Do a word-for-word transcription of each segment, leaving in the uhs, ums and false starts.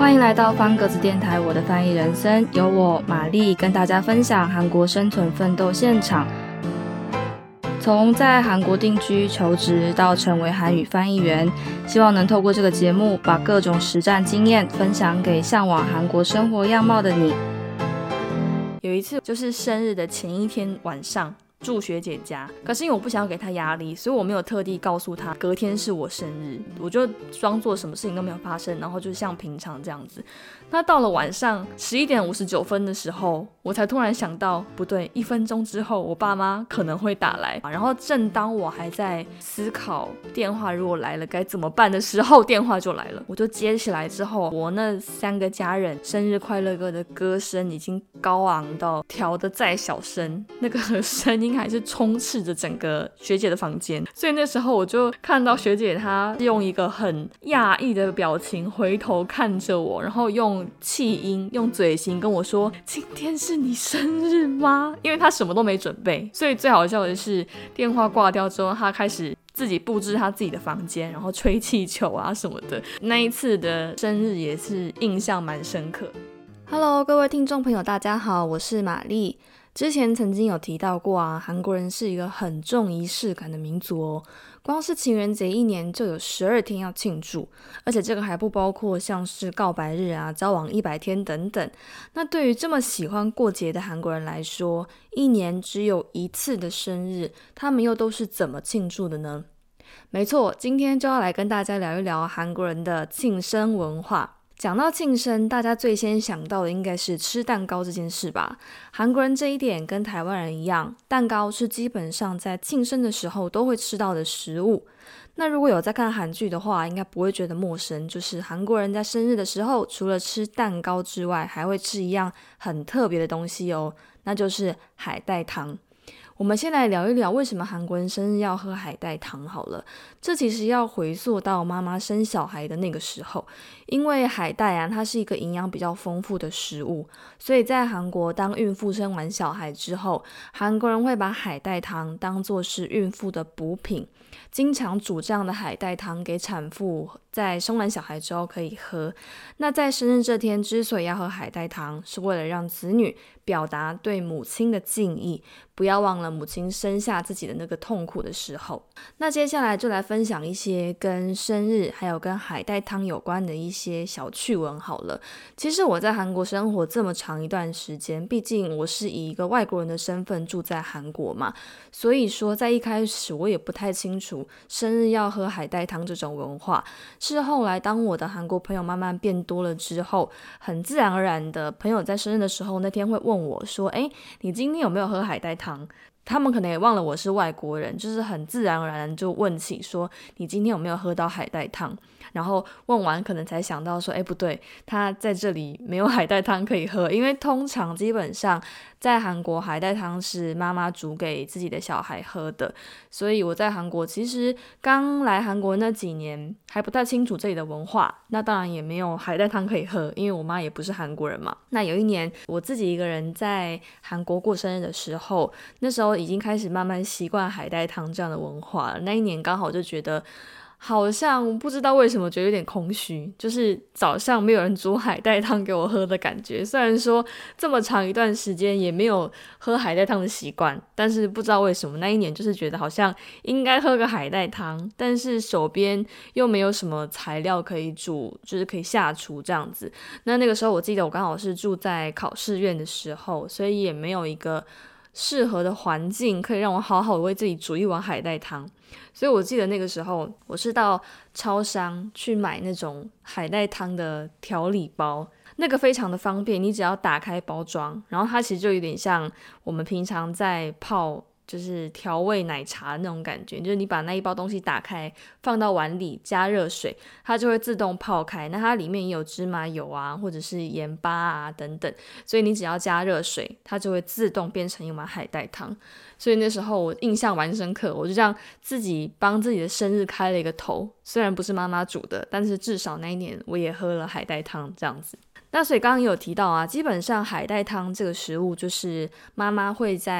欢迎来到方格子电台，我的翻译人生，由我玛丽跟大家分享韩国生存奋斗现场，从在韩国定居求职到成为韩语翻译员，希望能透过这个节目把各种实战经验分享给向往韩国生活样貌的你。有一次就是生日的前一天晚上住学姐家，可是因为我不想要给她压力，所以我没有特地告诉她隔天是我生日，我就装作什么事情都没有发生，然后就像平常这样子。那到了晚上十一点五十九分的时候，我才突然想到，不对，一分钟之后我爸妈可能会打来。然后正当我还在思考电话如果来了该怎么办的时候，电话就来了。我就接起来之后，我那三个家人生日快乐歌的歌声已经高昂到调得再小声，那个声音还是充斥着整个学姐的房间。所以那时候我就看到学姐她用一个很讶异的表情回头看着我，然后用气音用嘴型跟我说，今天是你生日吗？因为她什么都没准备。所以最好笑的是电话挂掉之后，她开始自己布置她自己的房间，然后吹气球啊什么的。那一次的生日也是印象蛮深刻。 Hello 各位听众朋友大家好，我是玛丽。之前曾经有提到过啊，韩国人是一个很重仪式感的民族哦。光是情人节一年就有十二天要庆祝，而且这个还不包括像是告白日啊、交往一百天等等。那对于这么喜欢过节的韩国人来说，一年只有一次的生日，他们又都是怎么庆祝的呢？没错，今天就要来跟大家聊一聊韩国人的庆生文化。讲到庆生，大家最先想到的应该是吃蛋糕这件事吧。韩国人这一点跟台湾人一样，蛋糕是基本上在庆生的时候都会吃到的食物。那如果有在看韩剧的话，应该不会觉得陌生，就是韩国人在生日的时候，除了吃蛋糕之外，还会吃一样很特别的东西哦，那就是海带汤。我们先来聊一聊为什么韩国人生日要喝海带汤好了。这其实要回溯到妈妈生小孩的那个时候，因为海带啊，它是一个营养比较丰富的食物，所以在韩国当孕妇生完小孩之后，韩国人会把海带汤当作是孕妇的补品，经常煮这样的海带汤给产妇在生完小孩之后可以喝。那在生日这天之所以要喝海带汤，是为了让子女表达对母亲的敬意，不要忘了母亲生下自己的那个痛苦的时候。那接下来就来分享一些跟生日还有跟海带汤有关的一些小趣闻好了。其实我在韩国生活这么长一段时间，毕竟我是以一个外国人的身份住在韩国嘛，所以说在一开始我也不太清楚生日要喝海带汤这种文化。是后来当我的韩国朋友慢慢变多了之后，很自然而然的朋友在生日的时候那天会问我说，诶，你今天有没有喝海带汤？他们可能也忘了我是外国人，就是很自然而然就问起说，你今天有没有喝到海带汤？然后问完可能才想到说，哎，不对，他在这里没有海带汤可以喝，因为通常基本上在韩国海带汤是妈妈煮给自己的小孩喝的。所以我在韩国其实刚来韩国那几年还不太清楚这里的文化，那当然也没有海带汤可以喝，因为我妈也不是韩国人嘛。那有一年我自己一个人在韩国过生日的时候，那时候已经开始慢慢习惯海带汤这样的文化了。那一年刚好就觉得好像不知道为什么觉得有点空虚，就是早上没有人煮海带汤给我喝的感觉。虽然说这么长一段时间也没有喝海带汤的习惯，但是不知道为什么那一年就是觉得好像应该喝个海带汤，但是手边又没有什么材料可以煮，就是可以下厨这样子。那那个时候我记得我刚好是住在考试院的时候，所以也没有一个适合的环境可以让我好好为自己煮一碗海带汤。所以我记得那个时候我是到超商去买那种海带汤的调理包，那个非常的方便，你只要打开包装，然后它其实就有点像我们平常在泡就是调味奶茶那种感觉，就是你把那一包东西打开放到碗里加热水，它就会自动泡开。那它里面也有芝麻油啊或者是盐巴啊等等，所以你只要加热水，它就会自动变成一碗海带汤。所以那时候我印象蛮深刻，我就这样自己帮自己的生日开了一个头，虽然不是妈妈煮的，但是至少那一年我也喝了海带汤这样子。那所以刚刚有提到啊，基本上海带汤这个食物就是妈妈会在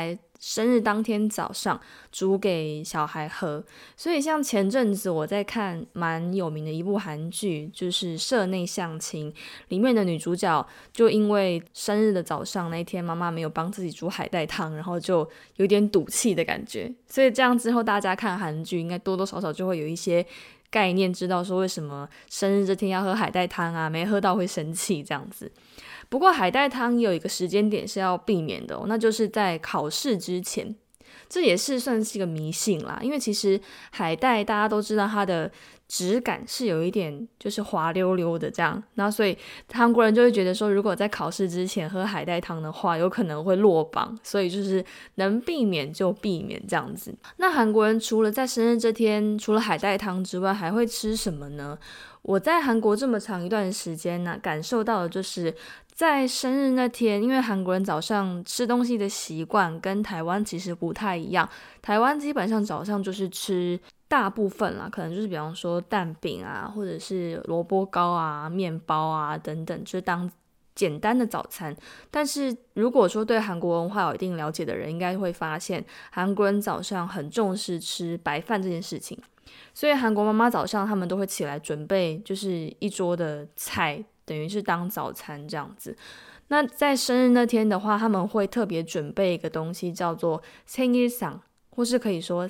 生日当天早上煮给小孩喝。所以像前阵子我在看蛮有名的一部韩剧，就是《社内相亲》，里面的女主角就因为生日的早上那一天妈妈没有帮自己煮海带汤，然后就有点赌气的感觉。所以这样之后大家看韩剧应该多多少少就会有一些概念，知道说为什么生日这天要喝海带汤啊，没喝到会生气这样子。不过海带汤也有一个时间点是要避免的哦，那就是在考试之前。这也是算是一个迷信啦，因为其实海带大家都知道它的质感是有一点就是滑溜溜的这样，那所以韩国人就会觉得说，如果在考试之前喝海带汤的话，有可能会落榜，所以就是能避免就避免这样子。那韩国人除了在生日这天，除了海带汤之外，还会吃什么呢？我在韩国这么长一段时间呢、啊，感受到的就是在生日那天，因为韩国人早上吃东西的习惯跟台湾其实不太一样，台湾基本上早上就是吃大部分啦，可能就是比方说蛋饼啊，或者是萝卜糕啊、面包啊等等，就是当简单的早餐。但是如果说对韩国文化有一定了解的人，应该会发现韩国人早上很重视吃白饭这件事情。所以韩国妈妈早上他们都会起来准备就是一桌的菜，等于是当早餐这样子。那在生日那天的话，他们会特别准备一个东西叫做생일상，或是可以说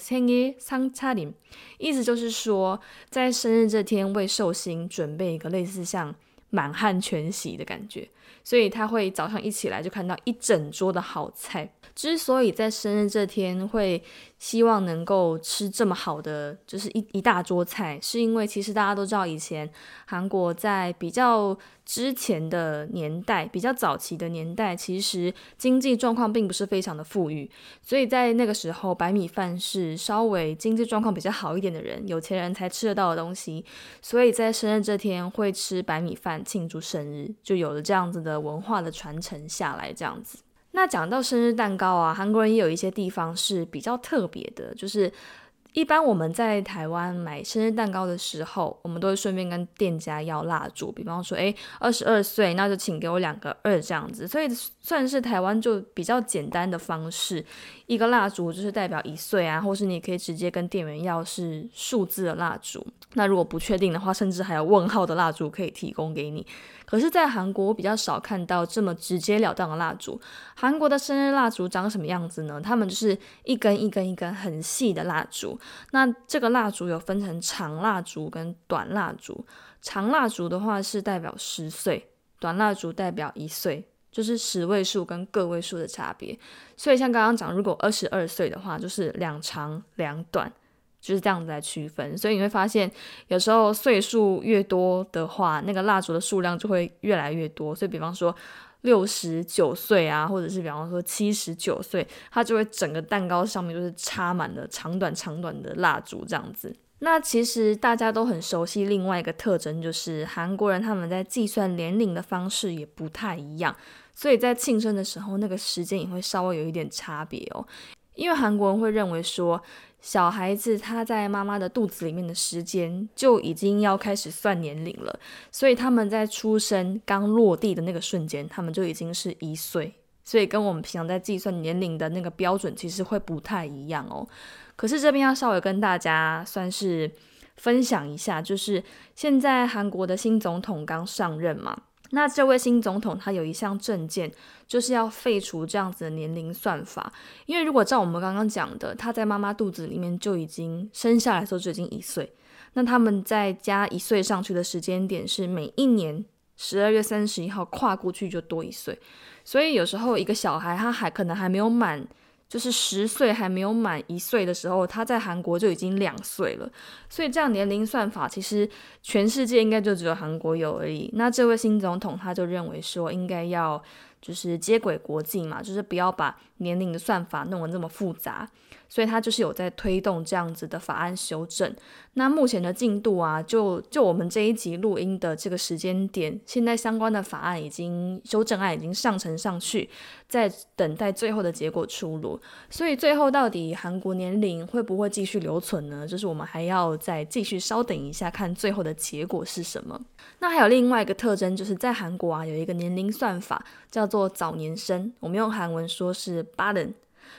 생일상차림，意思就是说在生日这天为寿星准备一个类似像满汉全席的感觉，所以他会早上一起来就看到一整桌的好菜。之所以在生日这天会希望能够吃这么好的就是一一大桌菜，是因为其实大家都知道以前韩国在比较之前的年代，比较早期的年代，其实经济状况并不是非常的富裕，所以在那个时候白米饭是稍微经济状况比较好一点的人，有钱人才吃得到的东西，所以在生日这天会吃白米饭庆祝生日，就有了这样子的文化的传承下来这样子。那讲到生日蛋糕啊，韩国人也有一些地方是比较特别的，就是一般我们在台湾买生日蛋糕的时候，我们都会顺便跟店家要蜡烛，比方说诶二十二岁，那就请给我两个二这样子，所以算是台湾就比较简单的方式，一个蜡烛就是代表一岁啊，或是你可以直接跟店员要是数字的蜡烛，那如果不确定的话，甚至还有问号的蜡烛可以提供给你。可是在韩国我比较少看到这么直截了当的蜡烛。韩国的生日蜡烛长什么样子呢？他们就是一根一根一根很细的蜡烛，那这个蜡烛有分成长蜡烛跟短蜡烛，长蜡烛的话是代表十岁，短蜡烛代表一岁，就是十位数跟个位数的差别。所以像刚刚讲，如果二十二岁的话，就是两长两短，就是这样子来区分。所以你会发现有时候岁数越多的话，那个蜡烛的数量就会越来越多。所以比方说六十九岁啊，或者是比方说七十九岁，它就会整个蛋糕上面就是插满了长短长短的蜡烛这样子。那其实大家都很熟悉另外一个特征，就是韩国人他们在计算年龄的方式也不太一样，所以在庆生的时候那个时间也会稍微有一点差别哦。因为韩国人会认为说小孩子他在妈妈的肚子里面的时间就已经要开始算年龄了，所以他们在出生刚落地的那个瞬间他们就已经是一岁，所以跟我们平常在计算年龄的那个标准其实会不太一样哦。可是这边要稍微跟大家算是分享一下，就是现在韩国的新总统刚上任嘛，那这位新总统他有一项政见，就是要废除这样子的年龄算法。因为如果照我们刚刚讲的，他在妈妈肚子里面就已经生下来的时候就已经一岁，那他们再加一岁上去的时间点是每一年十二月三十一号跨过去就多一岁，所以有时候一个小孩他还可能还没有满就是十岁还没有满一岁的时候，他在韩国就已经两岁了。所以这样年龄算法其实全世界应该就只有韩国有而已。那这位新总统他就认为说应该要就是接轨国际嘛，就是不要把年龄的算法弄得那么复杂，所以他就是有在推动这样子的法案修正。那目前的进度啊，就就我们这一集录音的这个时间点，现在相关的法案已经修正案已经上呈上去，在等待最后的结果出炉。所以最后到底韩国年龄会不会继续留存呢？就是我们还要再继续稍等一下，看最后的结果是什么。那还有另外一个特征，就是在韩国啊有一个年龄算法叫做早年生，我们用韩文说是바른。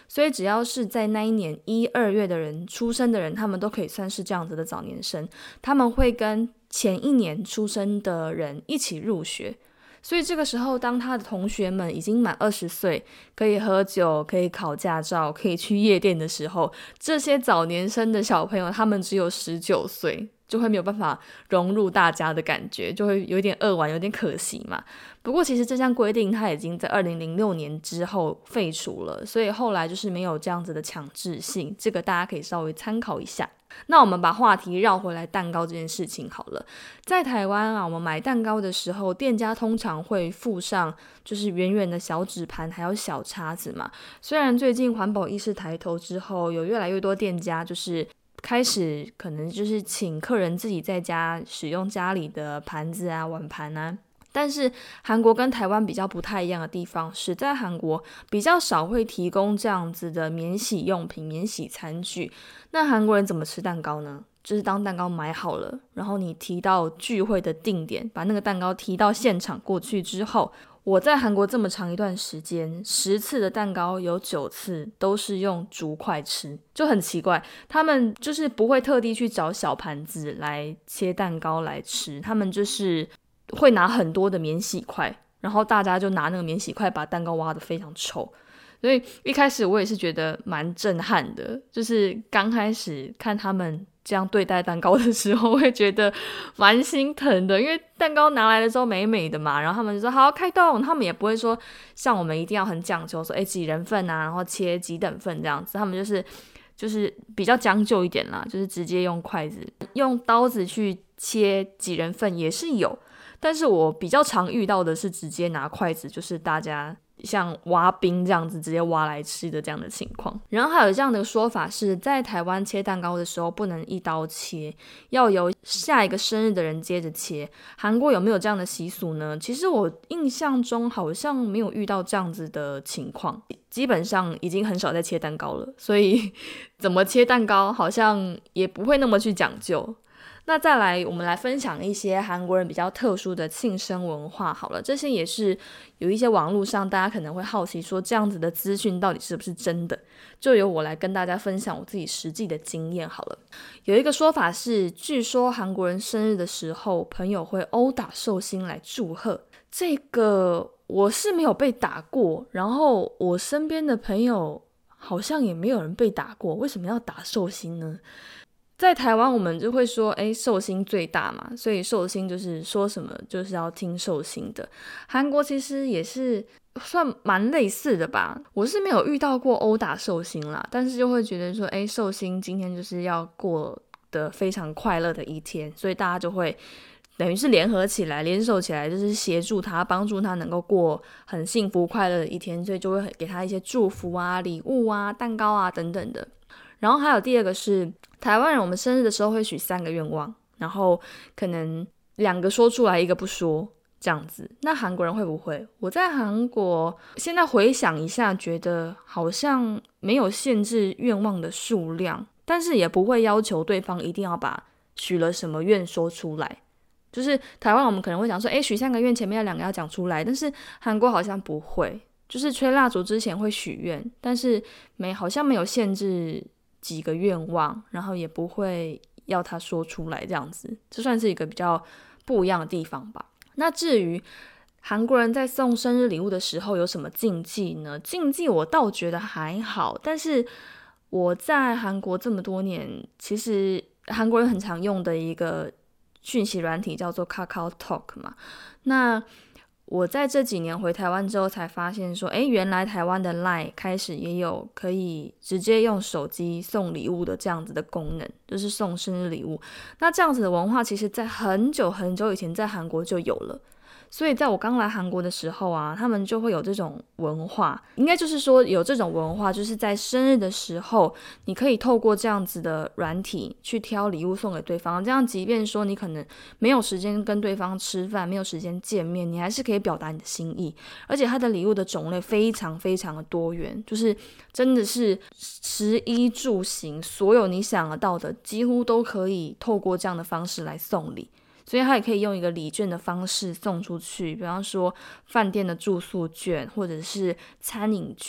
所以只要是在那一年一二月的人出生的人，他们都可以算是这样子的早年生，他们会跟前一年出生的人一起入学。所以这个时候，当他的同学们已经满二十岁，可以喝酒，可以考驾照，可以去夜店的时候，这些早年生的小朋友，他们只有十九岁，就会没有办法融入大家的感觉，就会有点扼腕，有点可惜嘛。不过其实这项规定它已经在二零零六年之后废除了，所以后来就是没有这样子的强制性，这个大家可以稍微参考一下。那我们把话题绕回来蛋糕这件事情好了。在台湾啊，我们买蛋糕的时候，店家通常会附上就是圆圆的小纸盘还有小叉子嘛。虽然最近环保意识抬头之后，有越来越多店家就是开始可能就是请客人自己在家使用家里的盘子啊碗盘啊，但是韩国跟台湾比较不太一样的地方是，在韩国比较少会提供这样子的免洗用品、免洗餐具。那韩国人怎么吃蛋糕呢？就是当蛋糕买好了，然后你提到聚会的定点，把那个蛋糕提到现场过去之后，我在韩国这么长一段时间，十次的蛋糕有九次都是用竹筷吃，就很奇怪，他们就是不会特地去找小盘子来切蛋糕来吃，他们就是会拿很多的免洗筷，然后大家就拿那个免洗筷把蛋糕挖得非常臭。所以一开始我也是觉得蛮震撼的，就是刚开始看他们这样对待蛋糕的时候，我会觉得蛮心疼的，因为蛋糕拿来的时候美美的嘛，然后他们就说好开动，他们也不会说像我们一定要很讲究说诶几人份啊，然后切几等份这样子，他们就是就是比较将就一点啦，就是直接用筷子用刀子去切几人份也是有，但是我比较常遇到的是直接拿筷子，就是大家像挖冰这样子直接挖来吃的这样的情况。然后还有这样的说法是，在台湾切蛋糕的时候不能一刀切，要由下一个生日的人接着切。韩国有没有这样的习俗呢？其实我印象中好像没有遇到这样子的情况，基本上已经很少在切蛋糕了，所以怎么切蛋糕好像也不会那么去讲究。那再来我们来分享一些韩国人比较特殊的庆生文化好了，这些也是有一些网络上大家可能会好奇说这样子的资讯到底是不是真的，就由我来跟大家分享我自己实际的经验好了。有一个说法是，据说韩国人生日的时候朋友会殴打寿星来祝贺，这个我是没有被打过，然后我身边的朋友好像也没有人被打过，为什么要打寿星呢？在台湾我们就会说诶寿星最大嘛，所以寿星就是说什么就是要听寿星的。韩国其实也是算蛮类似的吧，我是没有遇到过殴打寿星啦，但是就会觉得说诶寿星今天就是要过得非常快乐的一天，所以大家就会等于是联合起来联手起来，就是协助他帮助他能够过很幸福快乐的一天，所以就会给他一些祝福啊礼物啊蛋糕啊等等的。然后还有第二个是台湾人，我们生日的时候会许三个愿望，然后可能两个说出来一个不说这样子。那韩国人会不会？我在韩国现在回想一下，觉得好像没有限制愿望的数量，但是也不会要求对方一定要把许了什么愿说出来。就是台湾我们可能会讲说诶许三个愿前面有两个要讲出来，但是韩国好像不会，就是吹蜡烛之前会许愿，但是没好像没有限制几个愿望，然后也不会要他说出来这样子，这算是一个比较不一样的地方吧。那至于韩国人在送生日礼物的时候有什么禁忌呢？禁忌我倒觉得还好，但是我在韩国这么多年，其实韩国人很常用的一个讯息软体叫做 KakaoTalk 嘛，那我在这几年回台湾之后才发现说诶原来台湾的 LINE 开始也有可以直接用手机送礼物的这样子的功能，就是送生日礼物。那这样子的文化其实在很久很久以前在韩国就有了，所以在我刚来韩国的时候啊，他们就会有这种文化，应该就是说有这种文化，就是在生日的时候你可以透过这样子的软体去挑礼物送给对方，这样即便说你可能没有时间跟对方吃饭，没有时间见面，你还是可以表达你的心意。而且它的礼物的种类非常非常的多元，就是真的是食衣住行所有你想得到的几乎都可以透过这样的方式来送礼，所以他也可以用一个礼券的方式送出去，比方说饭店的住宿券或者是餐饮券，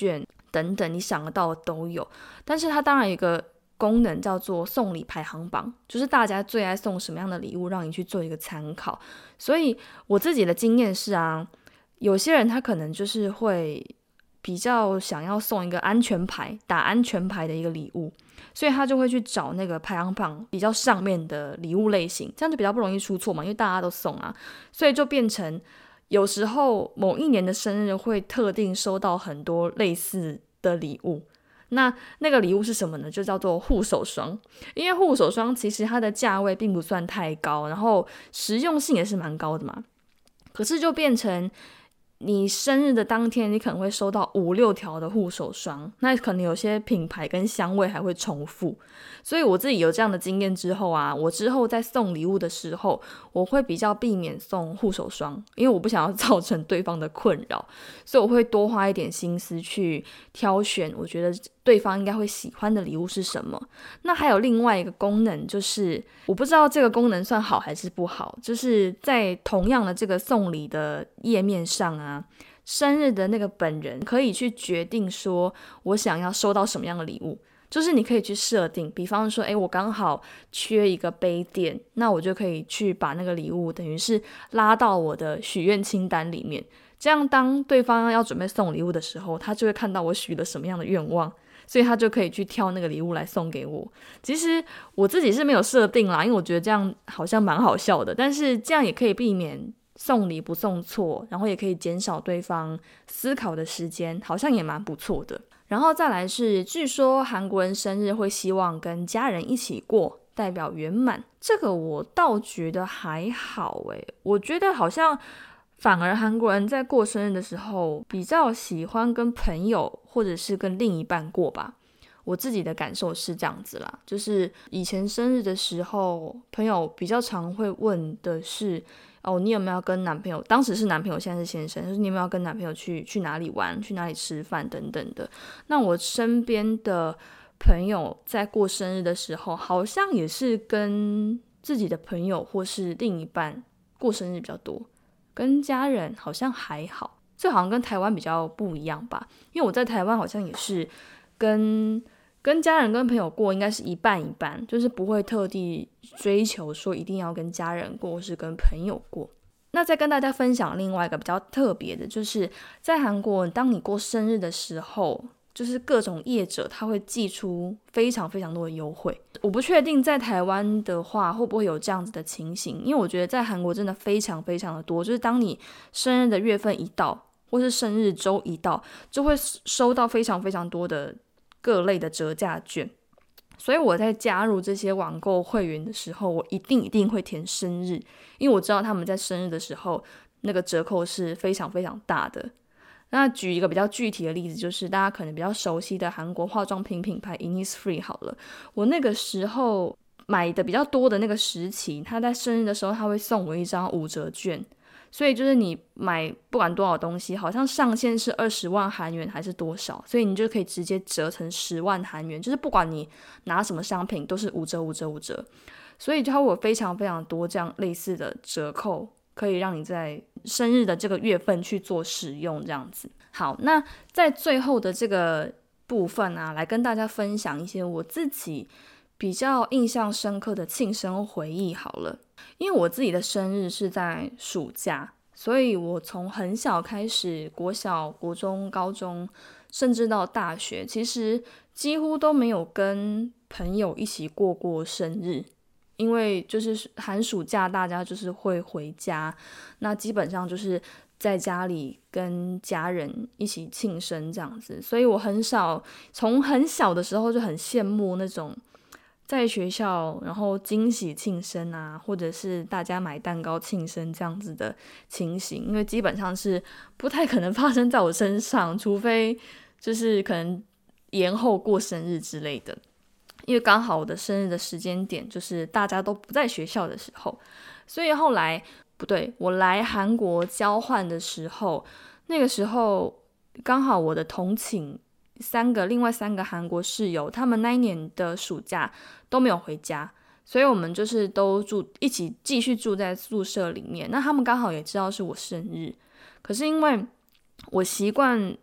等等，你想得到的都有。但是它当然有一个功能叫做送礼排行榜，就是大家最爱送什么样的礼物，让你去做一个参考。所以我自己的经验是啊，有些人他可能就是会比较想要送一个安全牌，打安全牌的一个礼物，所以他就会去找那个排行榜比较上面的礼物类型，这样就比较不容易出错嘛，因为大家都送啊，所以就变成有时候某一年的生日会特定收到很多类似的礼物。那那个礼物是什么呢？就叫做护手霜。因为护手霜其实它的价位并不算太高，然后实用性也是蛮高的嘛，可是就变成你生日的当天，你可能会收到五六条的护手霜，那可能有些品牌跟香味还会重复。所以我自己有这样的经验之后啊，我之后在送礼物的时候，我会比较避免送护手霜，因为我不想要造成对方的困扰，所以我会多花一点心思去挑选我觉得对方应该会喜欢的礼物是什么。那还有另外一个功能，就是我不知道这个功能算好还是不好，就是在同样的这个送礼的页面上啊，生日的那个本人可以去决定说我想要收到什么样的礼物。就是你可以去设定，比方说诶我刚好缺一个杯垫，那我就可以去把那个礼物等于是拉到我的许愿清单里面，这样当对方要准备送礼物的时候，他就会看到我许了什么样的愿望，所以他就可以去挑那个礼物来送给我。其实我自己是没有设定啦，因为我觉得这样好像蛮好笑的，但是这样也可以避免送礼不送错，然后也可以减少对方思考的时间，好像也蛮不错的。然后再来是，据说韩国人生日会希望跟家人一起过，代表圆满。这个我倒觉得还好诶，我觉得好像反而韩国人在过生日的时候比较喜欢跟朋友或者是跟另一半过吧。我自己的感受是这样子啦，就是以前生日的时候，朋友比较常会问的是哦，你有没有跟男朋友，当时是男朋友现在是先生，就是你有没有跟男朋友去去哪里玩，去哪里吃饭等等的。那我身边的朋友在过生日的时候，好像也是跟自己的朋友或是另一半过生日比较多，跟家人好像还好。这好像跟台湾比较不一样吧，因为我在台湾好像也是跟跟家人跟朋友过应该是一半一半，就是不会特地追求说一定要跟家人过或是跟朋友过。那再跟大家分享另外一个比较特别的，就是在韩国当你过生日的时候，就是各种业者他会寄出非常非常多的优惠。我不确定在台湾的话会不会有这样子的情形，因为我觉得在韩国真的非常非常的多，就是当你生日的月份一到或是生日周一到，就会收到非常非常多的各类的折价券。所以我在加入这些网购会员的时候，我一定一定会填生日，因为我知道他们在生日的时候那个折扣是非常非常大的。那举一个比较具体的例子，就是大家可能比较熟悉的韩国化妆品品牌 Innisfree 好了，我那个时候买的比较多的那个时期，他在生日的时候他会送我一张五折券，所以就是你买不管多少东西，好像上限是二十万韩元还是多少，所以你就可以直接折成十万韩元，就是不管你拿什么商品都是五折五折五折，所以它会有非常非常多这样类似的折扣，可以让你在生日的这个月份去做使用这样子。好，那在最后的这个部分啊，来跟大家分享一些我自己比较印象深刻的庆生回忆好了。因为我自己的生日是在暑假，所以我从很小开始，国小、国中、高中，甚至到大学，其实几乎都没有跟朋友一起过过生日。因为就是寒暑假大家就是会回家，那基本上就是在家里跟家人一起庆生这样子，所以我很少，从很小的时候就很羡慕那种在学校然后惊喜庆生啊，或者是大家买蛋糕庆生这样子的情形，因为基本上是不太可能发生在我身上，除非就是可能延后过生日之类的。因为刚好我的生日的时间点就是大家都不在学校的时候，所以后来不对，我来韩国交换的时候，那个时候刚好我的同寝三个另外三个韩国室友，他们那一年的暑假都没有回家，所以我们就是都住一起继续住在宿舍里面。那他们刚好也知道是我生日，可是因为我习惯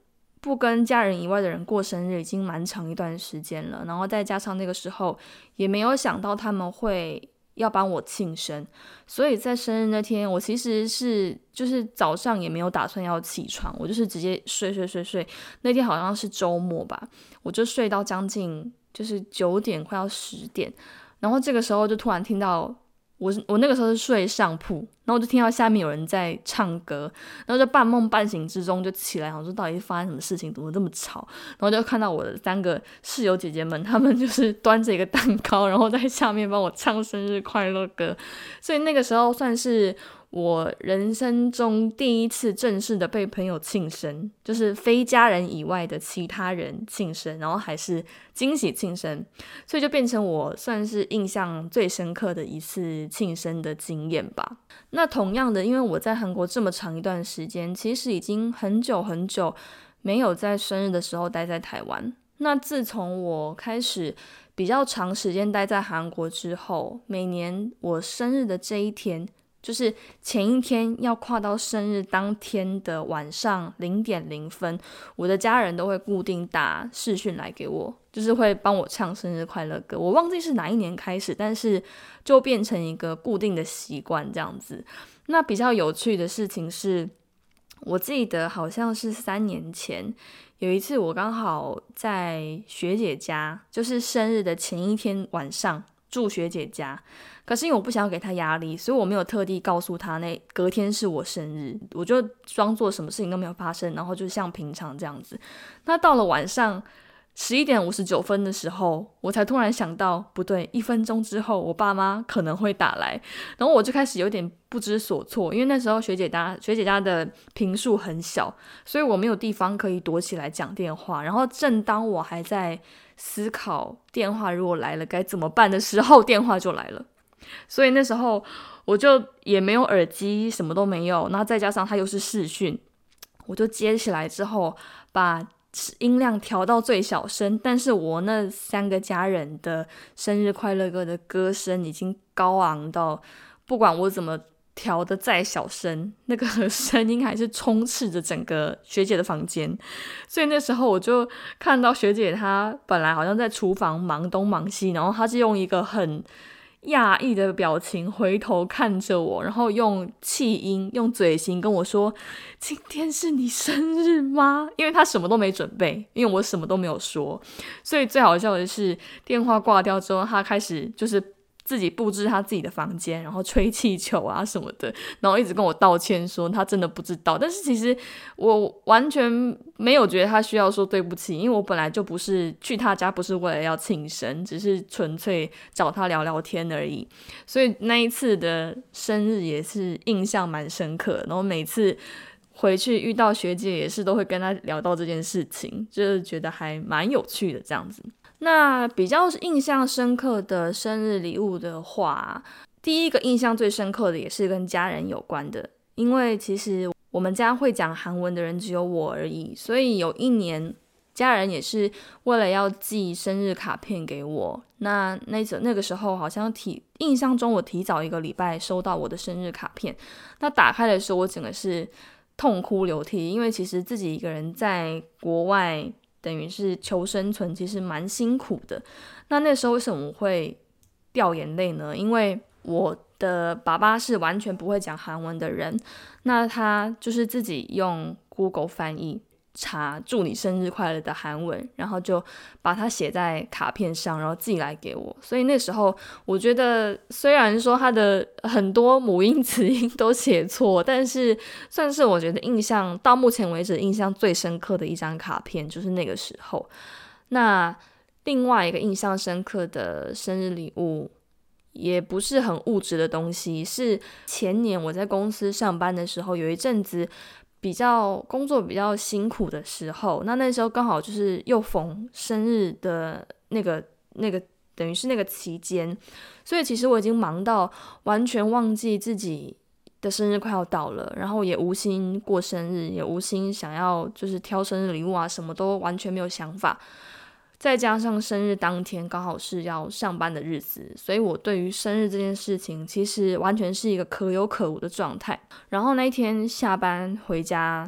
不跟家人以外的人过生日已经蛮长一段时间了，然后再加上那个时候也没有想到他们会要帮我庆生，所以在生日那天我其实是就是早上也没有打算要起床，我就是直接睡睡睡睡。那天好像是周末吧，我就睡到将近就是九点快要十点，然后这个时候就突然听到我我那个时候是睡上铺，然后我就听到下面有人在唱歌，然后就半梦半醒之中就起来，我说到底发生什么事情，怎么这么吵？然后就看到我的三个室友姐姐们，她们就是端着一个蛋糕，然后在下面帮我唱生日快乐歌，所以那个时候算是我人生中第一次正式的被朋友庆生，就是非家人以外的其他人庆生，然后还是惊喜庆生，所以就变成我算是印象最深刻的一次庆生的经验吧。那同样的，因为我在韩国这么长一段时间，其实已经很久很久没有在生日的时候待在台湾。那自从我开始比较长时间待在韩国之后，每年我生日的这一天，就是前一天要跨到生日当天的晚上零点零分，我的家人都会固定打视讯来给我，就是会帮我唱生日快乐歌。我忘记是哪一年开始，但是就变成一个固定的习惯这样子。那比较有趣的事情是，我记得好像是三年前有一次，我刚好在学姐家，就是生日的前一天晚上住学姐家，可是因为我不想要给她压力，所以我没有特地告诉她那隔天是我生日，我就装作什么事情都没有发生，然后就像平常这样子。那到了晚上十一点五十九分的时候，我才突然想到，不对，一分钟之后我爸妈可能会打来，然后我就开始有点不知所措，因为那时候学姐家学姐家的坪数很小，所以我没有地方可以躲起来讲电话。然后正当我还在思考电话如果来了该怎么办的时候，电话就来了。所以那时候我就也没有耳机，什么都没有，然后再加上它又是视讯，我就接起来之后把音量调到最小声，但是我那三个家人的生日快乐歌的歌声已经高昂到不管我怎么调的再小声，那个声音还是充斥着整个学姐的房间。所以那时候我就看到学姐她本来好像在厨房忙东忙西，然后她是用一个很讶异的表情回头看着我，然后用气音用嘴型跟我说，今天是你生日吗？因为他什么都没准备，因为我什么都没有说。所以最好笑的是电话挂掉之后，他开始就是自己布置他自己的房间，然后吹气球啊什么的，然后一直跟我道歉说他真的不知道。但是其实我完全没有觉得他需要说对不起，因为我本来就不是去他家不是为了要庆生，只是纯粹找他聊聊天而已。所以那一次的生日也是印象蛮深刻，然后每次回去遇到学姐也是都会跟他聊到这件事情，就是觉得还蛮有趣的这样子。那比较印象深刻的生日礼物的话，第一个印象最深刻的也是跟家人有关的，因为其实我们家会讲韩文的人只有我而已，所以有一年家人也是为了要寄生日卡片给我，那那那个时候好像提印象中我提早一个礼拜收到我的生日卡片，那打开的时候我整个是痛哭流涕，因为其实自己一个人在国外等于是求生存，其实蛮辛苦的。那那时候为什么我会掉眼泪呢？因为我的爸爸是完全不会讲韩文的人，那他就是自己用 Google 翻译查祝你生日快乐的韩文，然后就把它写在卡片上，然后寄来给我。所以那时候我觉得虽然说他的很多母音词音都写错，但是算是我觉得印象到目前为止印象最深刻的一张卡片，就是那个时候。那另外一个印象深刻的生日礼物也不是很物质的东西，是前年我在公司上班的时候，有一阵子比较工作比较辛苦的时候，那那时候刚好就是又逢生日的那个那个等于是那个期间，所以其实我已经忙到完全忘记自己的生日快要到了，然后也无心过生日，也无心想要就是挑生日礼物啊，什么都完全没有想法。再加上生日当天刚好是要上班的日子，所以我对于生日这件事情其实完全是一个可有可无的状态。然后那一天下班回家，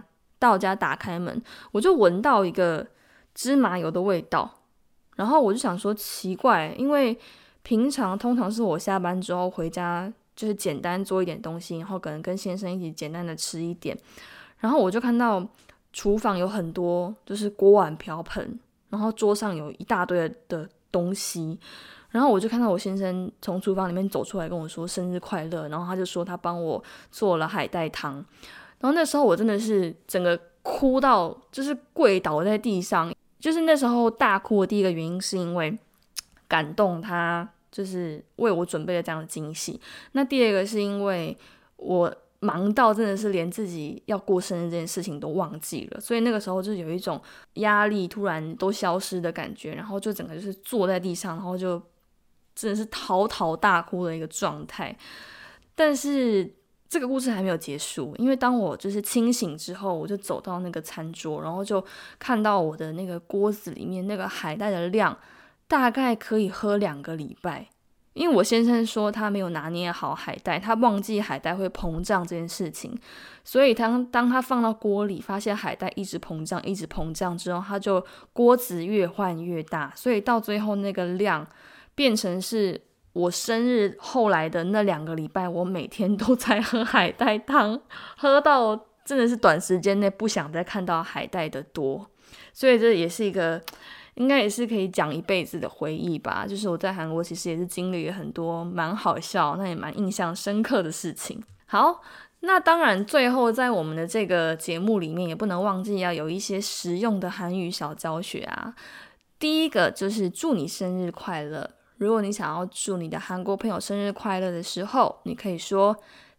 到我家打开门，我就闻到一个芝麻油的味道，然后我就想说奇怪，因为平常通常是我下班之后回家就是简单做一点东西，然后可能跟先生一起简单的吃一点，然后我就看到厨房有很多就是锅碗瓢盆，然后桌上有一大堆的东西，然后我就看到我先生从厨房里面走出来跟我说生日快乐，然后他就说他帮我做了海带汤，然后那时候我真的是整个哭到就是跪倒在地上，就是那时候大哭的第一个原因是因为感动他就是为我准备了这样的惊喜，那第二个是因为我忙到真的是连自己要过生日这件事情都忘记了，所以那个时候就有一种压力突然都消失的感觉，然后就整个就是坐在地上，然后就真的是嚎啕大哭的一个状态。但是这个故事还没有结束，因为当我就是清醒之后，我就走到那个餐桌，然后就看到我的那个锅子里面那个海带的量大概可以喝两个礼拜。因为我先生说他没有拿捏好海带，他忘记海带会膨胀这件事情，所以当当他放到锅里发现海带一直膨胀一直膨胀之后，他就锅子越换越大，所以到最后那个量变成是我生日后来的那两个礼拜我每天都在喝海带汤，喝到真的是短时间内不想再看到海带的多，所以这也是一个应该也是可以讲一辈子的回忆吧，就是我在韩国其实也是经历了很多蛮好笑那也蛮印象深刻的事情。好，那当然最后在我们的这个节目里面也不能忘记要有一些实用的韩语小教学啊。第一个就是祝你生日快乐，如果你想要祝你的韩国朋友生日快乐的时候，你可以说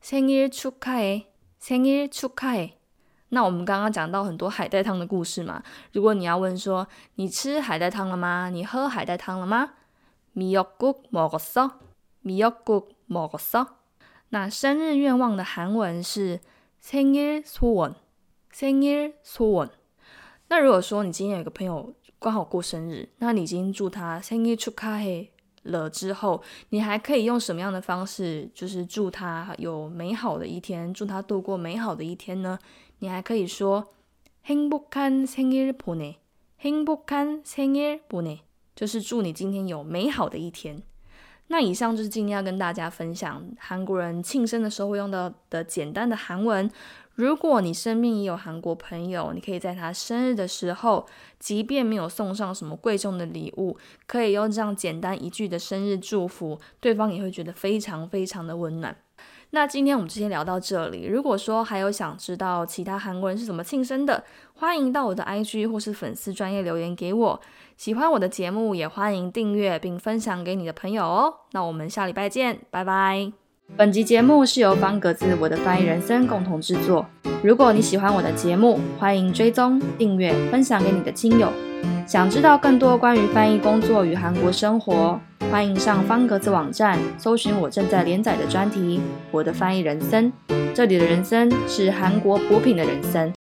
생일 축하해 생일 축하해。那我们刚刚讲到很多海带汤的故事嘛，如果你要问说你吃海带汤了吗？你喝海带汤了吗？ 미역국 먹었어? 미역국 먹었어? 那生日愿望的韩文是생일 소원 생일 소원。 那如果说你今天有一个朋友刚好过生日，那你已经祝他생일 축하해了之后，你还可以用什么样的方式就是祝他有美好的一天，祝他度过美好的一天呢？你还可以说행복한 생일 보내 행복한 생일 보내， 就是祝你今天有美好的一天。那以上就是今天要跟大家分享韩国人庆生的时候会用到的简单的韩文。如果你身边也有韩国朋友，你可以在他生日的时候，即便没有送上什么贵重的礼物，可以用这样简单一句的生日祝福，对方也会觉得非常非常的温暖。那今天我们就先聊到这里，如果说还有想知道其他韩国人是怎么庆生的，欢迎到我的 I G 或是粉丝专页留言给我。喜欢我的节目也欢迎订阅并分享给你的朋友哦。那我们下礼拜见，拜拜。本集节目是由方格子我的翻译人生共同制作。如果你喜欢我的节目，欢迎追踪、订阅、分享给你的亲友。想知道更多关于翻译工作与韩国生活，欢迎上方格子网站搜寻我正在连载的专题《我的翻译人生》。这里的人生是韩国补品的人生。